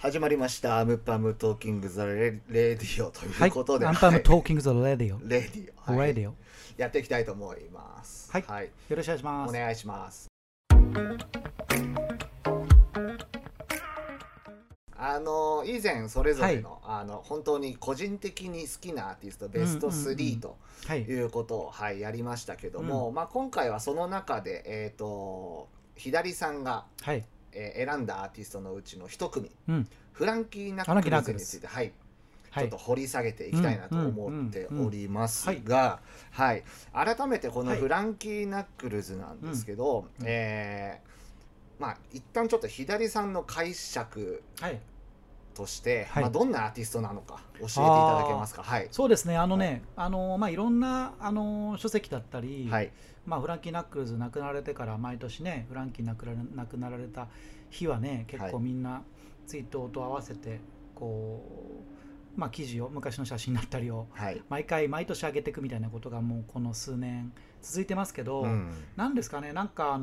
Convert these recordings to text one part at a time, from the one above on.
始まりましたアムパムトーキングザレディオということで、 アンパムトーキングザレディオ、 レディオ、 レディオ、 やっていきたいと思います。 はい、よろしくお願いします。 お願いします。以前それぞれの、本当に個人的に好きなアーティストベスト3ということを、やりましたけども、今回はその中で、左さんが、選んだアーティストのうちの一組、フランキー・ナックルズについて、ちょっと掘り下げていきたいなと思っておりますが、改めてこのフランキー・ナックルズなんですけど、一旦ちょっと左さんの解釈として、どんなアーティストなのか教えていただけますか。 そうですね、いろんな書籍だったり、フランキー・ナックルズ亡くなられてから毎年ね、フランキー亡くなられた日はね、結構みんなツイートと合わせてこう、記事を、昔の写真だったりを毎年上げていくみたいなことがもうこの数年続いてますけど、なんですかね、なんか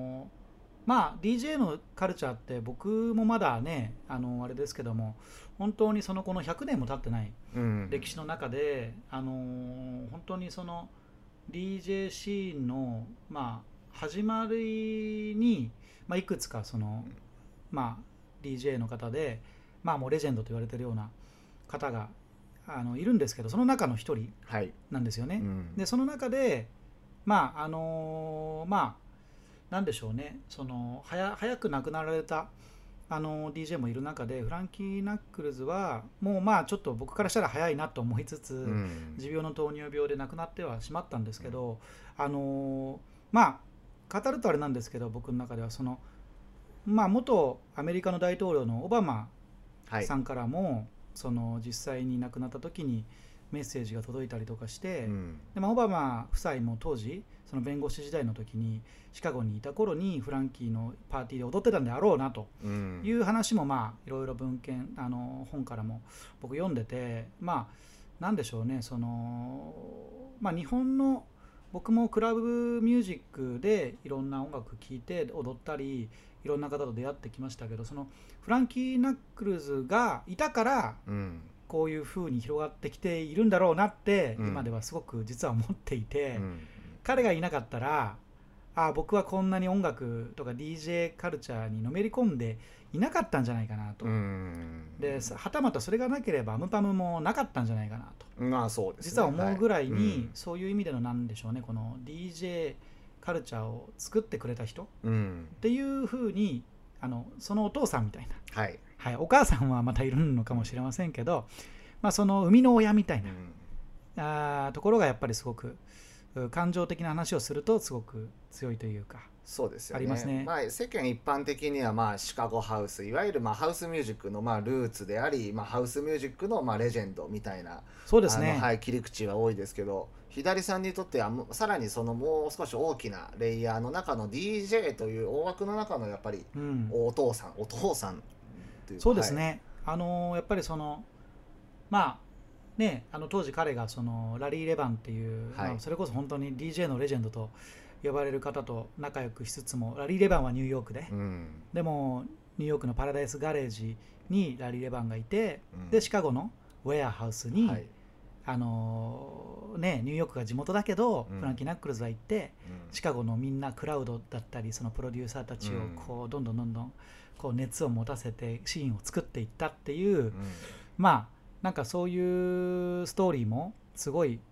DJ のカルチャーって僕もまだねあれですけども、本当にこの100年も経ってない歴史の中で、本当にその DJ シーンの始まりに、いくつかDJ の方でもうレジェンドと言われてるような方がいるんですけど、その中の一人なんですよね。でその中でなんでしょうね、早く亡くなられたDJ もいる中で、フランキー・ナックルズはもうちょっと僕からしたら早いなと思いつつ、持病の糖尿病で亡くなってはしまったんですけど、語るとあれなんですけど、僕の中では元アメリカの大統領のオバマさんからも、実際に亡くなった時にメッセージが届いたりとかして、でオバマ夫妻も当時その弁護士時代の時にシカゴにいた頃にフランキーのパーティーで踊ってたんであろうなという話もいろいろ文献本からも僕読んでて、なんでしょうね、日本の僕もクラブミュージックでいろんな音楽聴いて踊ったりいろんな方と出会ってきましたけど、そのフランキー・ナックルズがいたから、こういう風に広がってきているんだろうなって今ではすごく実は思っていて、彼がいなかったら僕はこんなに音楽とか DJ カルチャーにのめり込んでいなかったんじゃないかなと。ではたまたそれがなければアムパムもなかったんじゃないかなと、 そうですね、 実は思うぐらいに、そういう意味でのなんでしょうね、この DJ カルチャーを作ってくれた人っていう風にそのお父さんみたいな、お母さんはまたいるのかもしれませんけど、その生みの親みたいな、ところがやっぱりすごく感情的な話をするとすごく強いというか、 そうですよね、 ありますね。 世間一般的にはシカゴハウス、いわゆるハウスミュージックのルーツであり、ハウスミュージックのレジェンドみたいな、 そうですね、 切り口が多いですけど、左さんにとってはさらにもう少し大きなレイヤーの中の DJ という大枠の中のやっぱりお父さんというか、 そうですね、やっぱり当時彼がラリー・レバンっていう、それこそ本当に DJ のレジェンドと呼ばれる方と仲良くしつつも、ラリー・レバンはニューヨークで、でもニューヨークのパラダイスガレージにラリー・レバンがいて、でシカゴのウェアハウスに、ニューヨークが地元だけど、フランキー・ナックルズが行って、シカゴのみんなクラウドだったりそのプロデューサーたちをこうどんどんこう熱を持たせてシーンを作っていったっていう、なんかそういうストーリーもすごい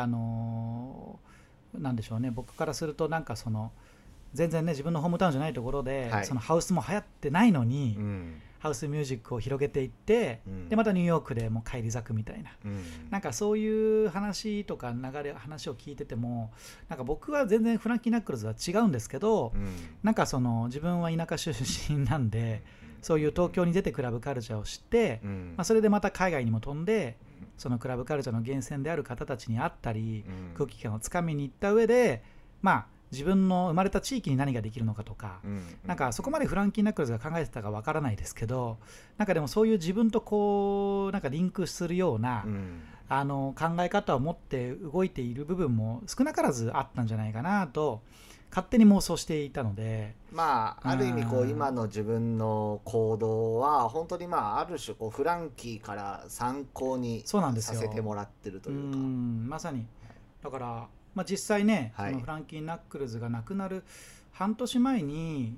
なんでしょうね、僕からするとなんか全然ね、自分のホームタウンじゃないところで、そのハウスも流行ってないのに、ハウスミュージックを広げていって、でまたニューヨークでもう返り咲くみたいな、なんかそういう話とか話を聞いてても、なんか僕は全然フランキー・ナックルズは違うんですけど、なんか自分は田舎出身なんで、そういう東京に出てクラブカルチャーを知って、それでまた海外にも飛んで、そのクラブカルチャーの源泉である方たちに会ったり、空気感をつかみに行った上で、自分の生まれた地域に何ができるのかとか、なんかそこまでフランキー・ナックルズが考えてたかわからないですけど、なんかでもそういう自分とこうなんかリンクするような、 考え方を持って動いている部分も少なからずあったんじゃないかなと勝手に妄想していたので、 まあある意味こう今の自分の行動は本当にまあある種こうフランキーから参考にさせてもらってるというか、 まさにだから、まあ、実際ね、そのフランキー・ナックルズが亡くなる半年前に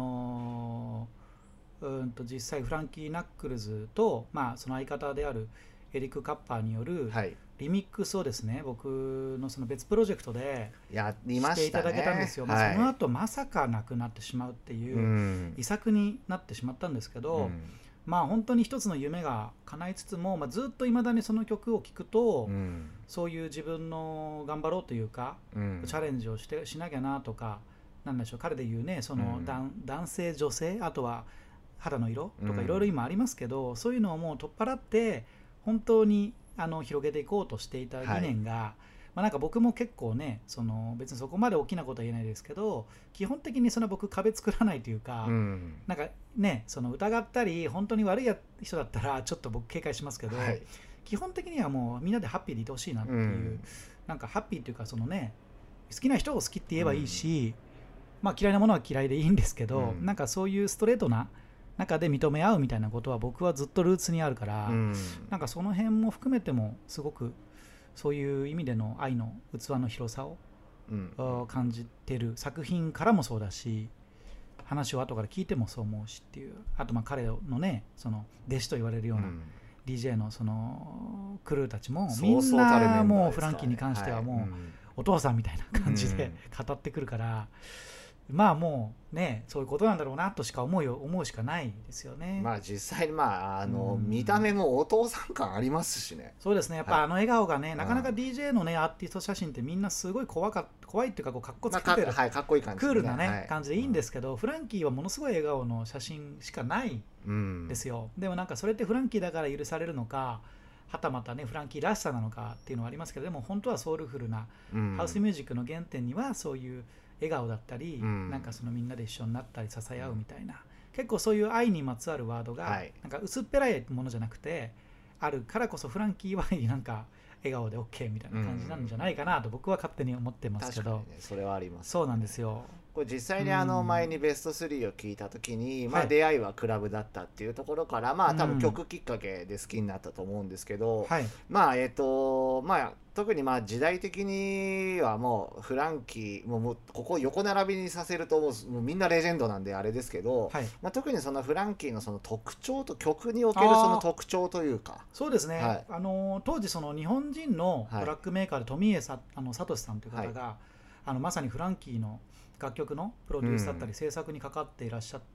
実際フランキー・ナックルズと、まあ、その相方であるエリック・カッパーによるリミックスをですね、僕のその別プロジェクトでしていただけたんですよ。その後まさかなくなってしまうっていう遺作になってしまったんですけど、まあ本当に一つの夢が叶いつつも、まあ、ずっといまだにその曲を聴くと、そういう自分の頑張ろうというか、チャレンジをしなきゃなとか、なんでしょう、彼で言うね、その男性女性、あとは肌の色とかいろいろ今ありますけど、そういうのをもう取っ払って本当に広げていこうとしていた理念が、まあ、なんか僕も結構ね、その別にそこまで大きなことは言えないですけど、基本的にその僕壁作らないというか、なんかね、その疑ったり本当に悪い人だったらちょっと僕警戒しますけど、基本的にはもうみんなでハッピーでいてほしいなっていう、なんかハッピーっていうか、そのね、好きな人を好きって言えばいいし、まあ、嫌いなものは嫌いでいいんですけど、なんかそういうストレートな中で認め合うみたいなことは僕はずっとルーツにあるから、なんかその辺も含めてもすごくそういう意味での愛の器の広さを、感じてる作品からもそうだし、話を後から聞いてもそう思うしっていう、あとまあ彼のね、その弟子と言われるような DJ のそのクルーたちもみんなもうフランキーに関してはもうお父さんみたいな感じで語ってくるから、まあもうね、そういうことなんだろうなとしか思うしかないですよね。 まあ実際にまあ見た目もお父さん感ありますしね。 そうですね、やっぱ笑顔がね、なかなか DJ のねアーティスト写真ってみんなすごい怖いっていうか、こうかっこつけてる、 かっこいい感じ、 クールなね、感じでいいんですけど、フランキーはものすごい笑顔の写真しかないんですよ。でもなんかそれってフランキーだから許されるのか、はたまたねフランキーらしさなのかっていうのはありますけど、でも本当はソウルフルなハウスミュージックの原点にはそういう笑顔だったり、なんかそのみんなで一緒になったり支え合うみたいな、結構そういう愛にまつわるワードが、なんか薄っぺらいものじゃなくてあるからこそ、フランキーはなんか笑顔で OK みたいな感じなんじゃないかなと僕は勝手に思ってますけど、 それはあります。 そうなんですよ。 これ実際に前にベスト3を聞いた時に、まあ、出会いはクラブだったっていうところから、まあ多分曲きっかけで好きになったと思うんですけど、まあまあ特にまあ時代的にはもうフランキーもうここ横並びにさせるともうみんなレジェンドなんであれですけど、まあ、特にそのフランキーのその特徴と曲におけるその特徴というか、 そうですね、当時その日本人のトラックメーカーで富家聡さんという方が、まさにフランキーの楽曲のプロデュースだったり制作にかかっていらっしゃって、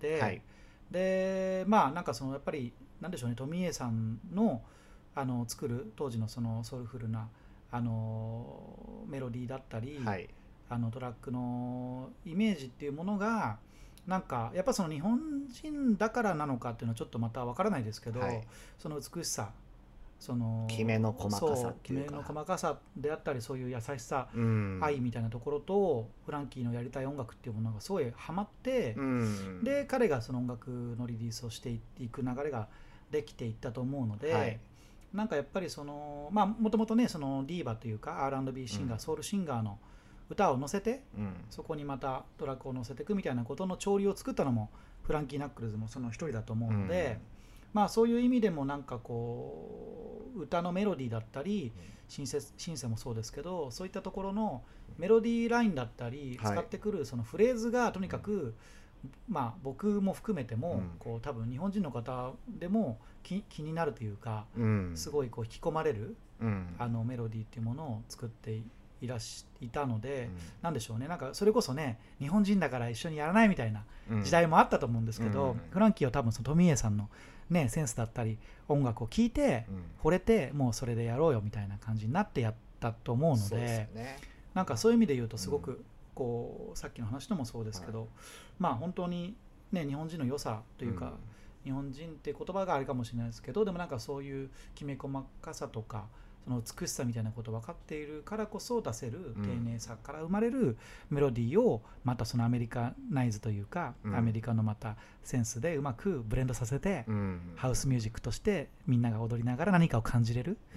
でまあなんかそのやっぱりなんでしょうね、富家さんの作る当時のそのソウルフルなメロディーだったり、トラックのイメージっていうものがなんかやっぱその日本人だからなのかっていうのはちょっとまたわからないですけど、その美しさ、そのきめの細かさっていうか、 きめの細かさであったり、そういう優しさ、愛みたいなところとフランキーのやりたい音楽っていうものがすごいハマって、で彼がその音楽のリリースをしていく流れができていったと思うので、なんかやっぱりそのまあもともとね、そのディーバというか R&B シンガー、ソウルシンガーの歌を乗せて、そこにまたトラックを乗せていくみたいなことの潮流を作ったのもフランキー・ナックルズもその一人だと思うので、まあそういう意味でもなんかこう歌のメロディーだったり、シンセもそうですけど、そういったところのメロディーラインだったり使ってくるそのフレーズがとにかく、まあ僕も含めてもこう多分日本人の方でも気になるというか、すごいこう引き込まれるメロディーっていうものを作っていたので、なんでしょうね、なんかそれこそね、日本人だから一緒にやらないみたいな時代もあったと思うんですけど、フランキーは多分その富家さんのねセンスだったり音楽を聴いて惚れて、もうそれでやろうよみたいな感じになってやったと思うので、なんかそういう意味で言うとすごくこうさっきの話でもそうですけど、まあ本当にね日本人の良さというか、日本人って言葉があるかもしれないですけど、でもなんかそういうきめ細かさとかその美しさみたいなこと分かっているからこそ出せる丁寧さから生まれるメロディーをまたそのアメリカナイズというか、アメリカのまたセンスでうまくブレンドさせて、ハウスミュージックとしてみんなが踊りながら何かを感じれるっ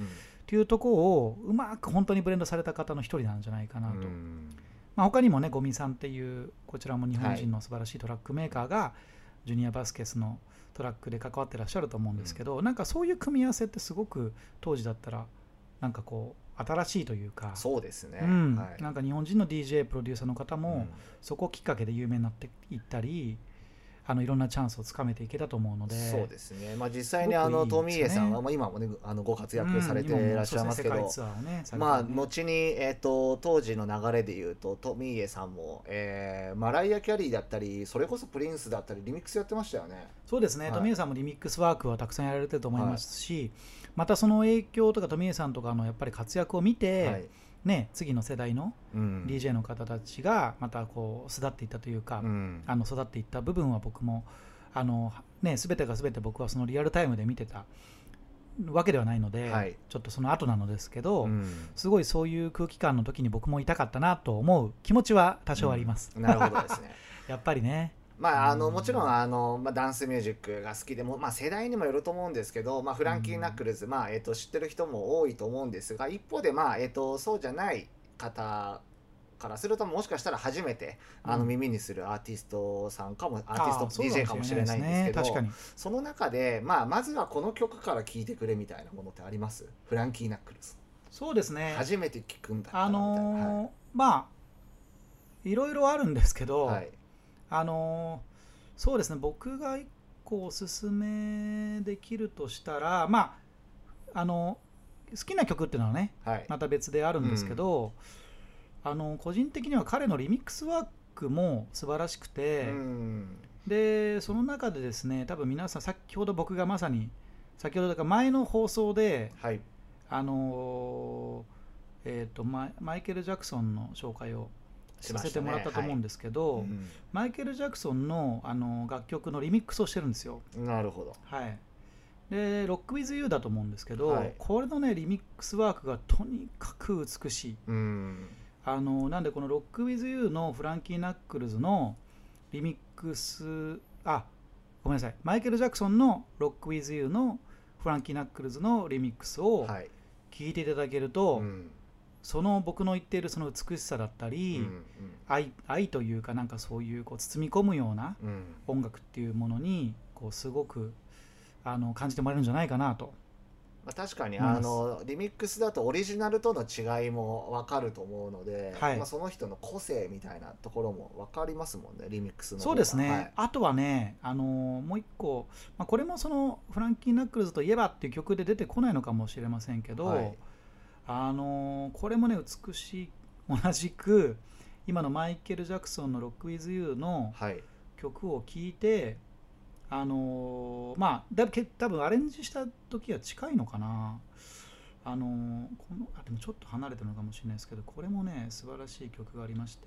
っていうところをうまく本当にブレンドされた方の一人なんじゃないかなと。他にもねゴミさんっていうこちらも日本人の素晴らしいトラックメーカーがジュニア・バスケスのトラックで関わってらっしゃると思うんですけど、なんかそういう組み合わせってすごく当時だったらなんかこう新しいというか、 そうですね、 なんか日本人の DJ プロデューサーの方もそこきっかけで有名になっていったり、いろんなチャンスをつかめていけたと思うので。 そうですね、実際にトミーエさんは今もねご活躍されていらっしゃいますけど、後に、当時の流れでいうとトミーエさんも、マライア・キャリーだったりそれこそプリンスだったりリミックスやってましたよね。 そうですね、トミーエさんもリミックスワークはたくさんやられてると思いますし、またその影響とかトミーエさんとかのやっぱり活躍を見て、次の世代の DJ の方たちがまたこう巣立っていったというか、育っていった部分は僕も全てが全て僕はそのリアルタイムで見てたわけではないので、ちょっとその後なのですけど、すごいそういう空気感の時に僕もいたかったなと思う気持ちは多少あります。 なるほどですねやっぱりね、 もちろんダンスミュージックが好きでも、世代にもよると思うんですけど、フランキー・ナックルズ、知ってる人も多いと思うんですが、一方で、そうじゃない方からするともしかしたら初めて耳にするアーティストさんかも、アーティスト DJ かもしれないんですけど、その中で、まずはこの曲から聴いてくれみたいなものってあります？フランキー・ナックルズ。 そうですね、 初めて聴くんだったらみたいな、いろいろあるんですけど、そうですね、僕が一個おすすめできるとしたら、好きな曲っていうのはね、また別であるんですけど、個人的には彼のリミックスワークも素晴らしくて、でその中でですね、多分皆さん先ほど僕がまさに先ほどだから前の放送で、マイケル・ジャクソンの紹介をさせてもらったと思うんですけど、マイケル・ジャクソンの、楽曲のリミックスをしてるんですよ。 なるほど。 でロック・ウィズ・ユーだと思うんですけど、これのねリミックスワークがとにかく美しい。なんでこのロック・ウィズ・ユーのフランキー・ナックルズのリミックス、ごめんなさい、マイケル・ジャクソンのロック・ウィズ・ユーのフランキー・ナックルズのリミックスを聴いていただけると、その僕の言っているその美しさだったり、愛というか、なんかそういうこう包み込むような音楽っていうものにこうすごく感じてもらえるんじゃないかなと。 確かにリミックスだとオリジナルとの違いも分かると思うので、その人の個性みたいなところも分かりますもんね、リミックスの方が。 そうですね、あとはね、もう一個、これもそのフランキー・ナックルズといえばっていう曲で出てこないのかもしれませんけど、これもね美しい、同じく今のマイケル・ジャクソンのロック・ウィズ・ユーの曲を聴いて、だいぶ多分アレンジした時は近いのかな。でもちょっと離れてるのかもしれないですけど、これもね素晴らしい曲がありまして、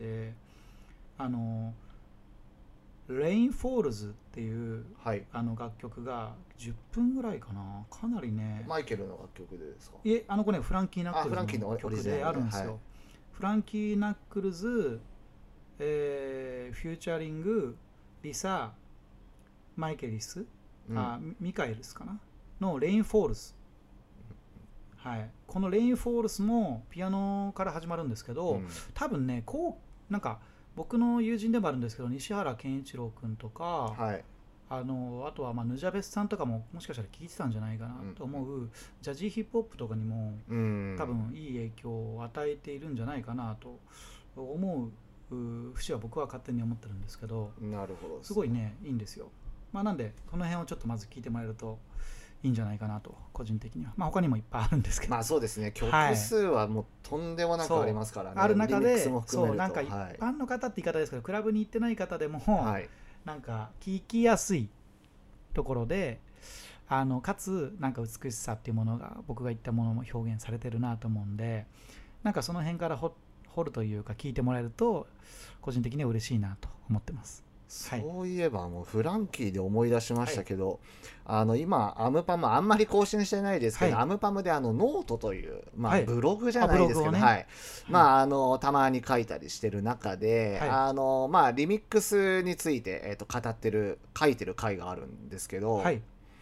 レインフォールズっていう、楽曲が10分ぐらいかな、かなりね。 マイケルの楽曲ですか？ いえ、これフランキー・ナックルズの曲であるんですよ。フランキー・ナックルズ、フューチャリングリサ・マイケリス、ミカエルスかなのレインフォールズ、このレインフォールズもピアノから始まるんですけど、多分ねなんか僕の友人でもあるんですけど、西原健一郎君とか、あとはヌジャベスさんとかももしかしたら聴いてたんじゃないかなと思う、ジャジーヒップホップとかにも多分いい影響を与えているんじゃないかなと思う節は僕は勝手に思ってるんですけど、 なるほど、 すごいねいいんですよ。なんでこの辺をちょっとまず聞いてもらえるといいんじゃないかなと、個人的には。他にもいっぱいあるんですけど、 そうですね、曲数はもうとんでもなくありますからね。 ある中で、なんか一般の方って言い方ですけど、クラブに行ってない方でも、なんか聴きやすいところで、かつなんか美しさっていうものが僕が言ったものも表現されてるなと思うんで、なんかその辺から掘るというか聞いてもらえると個人的には嬉しいなと思ってます。 そういえばもうフランキーで思い出しましたけど、今アムパムあんまり更新してないですけど、アムパムでノートという、ブログじゃないですけど、たまに書いたりしてる中で、リミックスについて、書いてる回があるんですけど、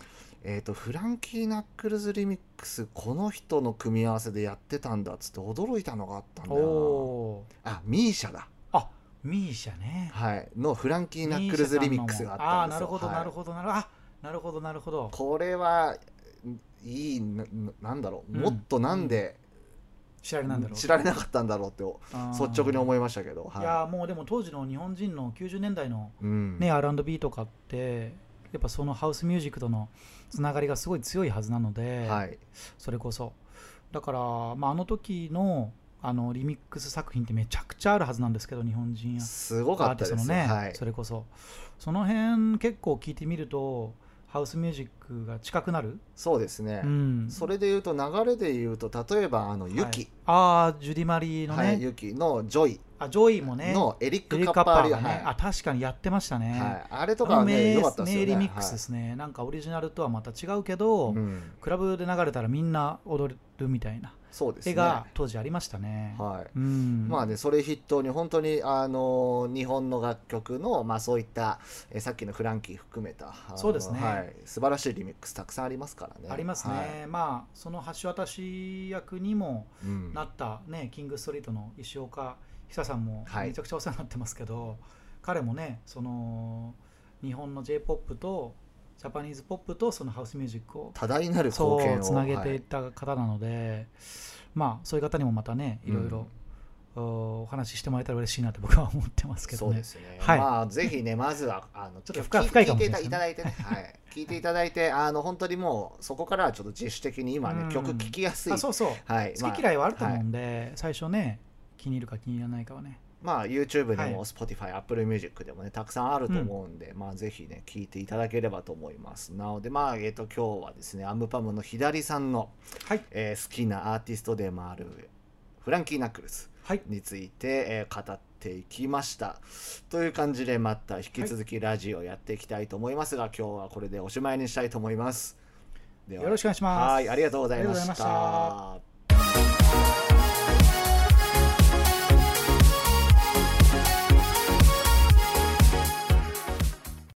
フランキー・ナックルズリミックスこの人の組み合わせでやってたんだっつって驚いたのがあったんだよな。ミーシャだ。 ミーシャね、 はい、のフランキー・ナックルズリミックスがあったんですよ。 なるほどなるほど。 これはいいなんだろう、もっとなんで知られなかったんだろうって率直に思いましたけど、 いやもうでも当時の日本人の90年代の、ね、R&B とかってやっぱそのハウスミュージックとのつながりがすごい強いはずなので、それこそだから、あの時のリミックス作品ってめちゃくちゃあるはずなんですけど、日本人すごかったですね、それこそその辺結構聞いてみるとハウスミュージックが近くなる。 そうですね、それでいうと流れでいうと例えばユキ、ジュディマリのね、 ユキのジョイ、 ジョイもねのエリック・カッパーがね、確かにやってましたね、 あれとかはね良かったですよね。 リミックスですね、なんかオリジナルとはまた違うけど、クラブで流れたらみんな踊るみたいな絵が当時ありましたね。 まあね、それ筆頭に本当に日本の楽曲のそういったさっきのフランキー含めたそうですね、 素晴らしいリミックスたくさんありますからね。 ありますね、その橋渡し役にもなったね、キングストリートの石岡久さんもめちゃくちゃお世話になってますけど、彼もねその日本の J-POP とジャパニーズポップとそのハウスミュージックを多大なる貢献をつなげていった方なので、そういう方にもまたねいろいろお話ししてもらえたら嬉しいなって僕は思ってますけどね。 そうですね、ぜひねまずはちょっと深いかもしれないですね。聞いていただいてね、聞いていただいて本当にもうそこからはちょっと自主的に今ね曲聴きやすい、 好き嫌いはあると思うんで、最初ね気に入るか気に入らないかはね、 YouTube でも Spotify、Apple Music でもねたくさんあると思うんで、ぜひね聴いていただければと思います。なので今日はですねアムパムの左さんの、好きなアーティストでもあるフランキー・ナックルズについて、語っていきましたという感じで、また引き続きラジオやっていきたいと思いますが、今日はこれでおしまいにしたいと思います。ではよろしくお願いします。 ありがとうございました。